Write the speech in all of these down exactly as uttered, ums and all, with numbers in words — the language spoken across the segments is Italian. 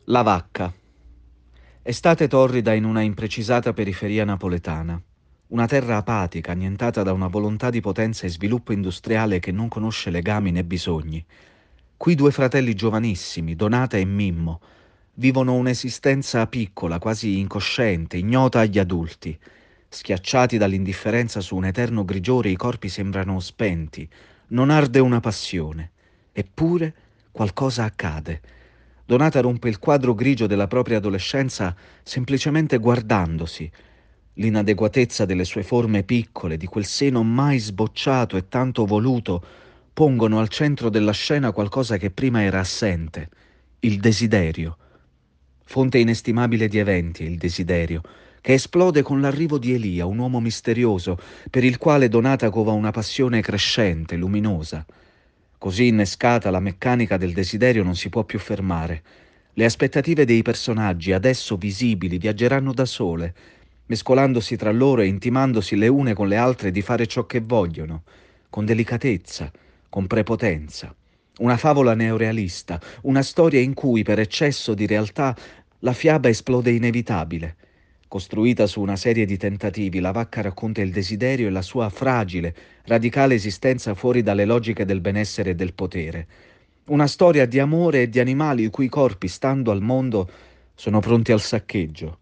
La vacca. Estate torrida in una imprecisata periferia napoletana. Una terra apatica, annientata da una volontà di potenza e sviluppo industriale che non conosce legami né bisogni. Qui due fratelli giovanissimi, Donata e Mimmo, vivono un'esistenza piccola, quasi incosciente, ignota agli adulti. Schiacciati dall'indifferenza su un eterno grigiore, i corpi sembrano spenti. Non arde una passione. Eppure qualcosa accade. Donata rompe il quadro grigio della propria adolescenza semplicemente guardandosi. L'inadeguatezza delle sue forme piccole, di quel seno mai sbocciato e tanto voluto, pongono al centro della scena qualcosa che prima era assente, il desiderio. Fonte inestimabile di eventi, il desiderio, che esplode con l'arrivo di Elia, un uomo misterioso, per il quale Donata cova una passione crescente, luminosa. Così innescata, la meccanica del desiderio non si può più fermare. Le aspettative dei personaggi, adesso visibili, viaggeranno da sole, mescolandosi tra loro e intimandosi le une con le altre di fare ciò che vogliono, con delicatezza, con prepotenza. Una favola neorealista, una storia in cui, per eccesso di realtà, la fiaba esplode inevitabile. Costruita su una serie di tentativi, la vacca racconta il desiderio e la sua fragile, radicale esistenza fuori dalle logiche del benessere e del potere. Una storia di amore e di animali i cui corpi, stando al mondo, sono pronti al saccheggio.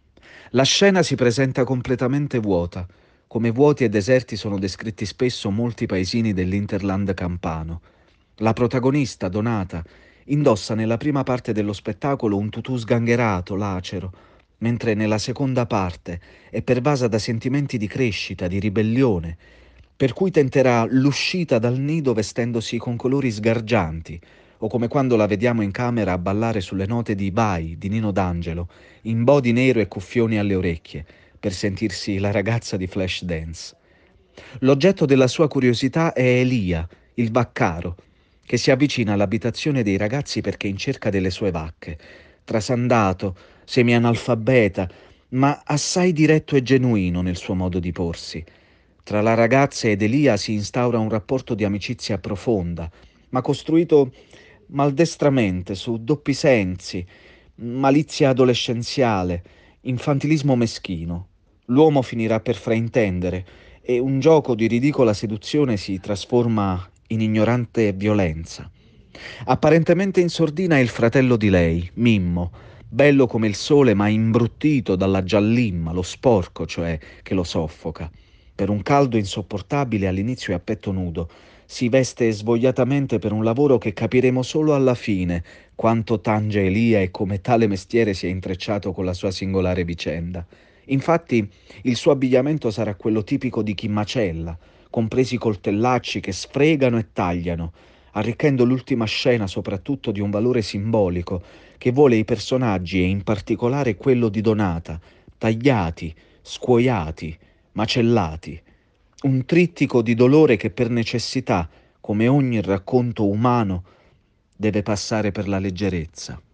La scena si presenta completamente vuota, come vuoti e deserti sono descritti spesso molti paesini dell'Interland campano. La protagonista, Donata, indossa nella prima parte dello spettacolo un tutù sgangherato, lacero, mentre nella seconda parte è pervasa da sentimenti di crescita, di ribellione, per cui tenterà l'uscita dal nido vestendosi con colori sgargianti, o come quando la vediamo in camera a ballare sulle note di Vai di Nino D'Angelo, in body nero e cuffioni alle orecchie, per sentirsi la ragazza di Flashdance. L'oggetto della sua curiosità è Elia, il vaccaro, che si avvicina all'abitazione dei ragazzi perché è in cerca delle sue vacche. Trasandato, semi-analfabeta, ma assai diretto e genuino nel suo modo di porsi. Tra la ragazza ed Elia si instaura un rapporto di amicizia profonda, ma costruito maldestramente su doppi sensi, malizia adolescenziale, infantilismo meschino. L'uomo finirà per fraintendere e un gioco di ridicola seduzione si trasforma in ignorante violenza. Apparentemente in sordina è il fratello di lei, Mimmo, bello come il sole ma imbruttito dalla giallimma, lo sporco cioè, che lo soffoca. Per un caldo insopportabile all'inizio è a petto nudo, si veste svogliatamente per un lavoro che capiremo solo alla fine, quanto tange Elia e come tale mestiere sia intrecciato con la sua singolare vicenda. Infatti, il suo abbigliamento sarà quello tipico di chi macella, compresi i coltellacci che sfregano e tagliano, arricchendo l'ultima scena soprattutto di un valore simbolico che vuole i personaggi e in particolare quello di Donata, tagliati, scuoiati, macellati. Un trittico di dolore che per necessità, come ogni racconto umano, deve passare per la leggerezza.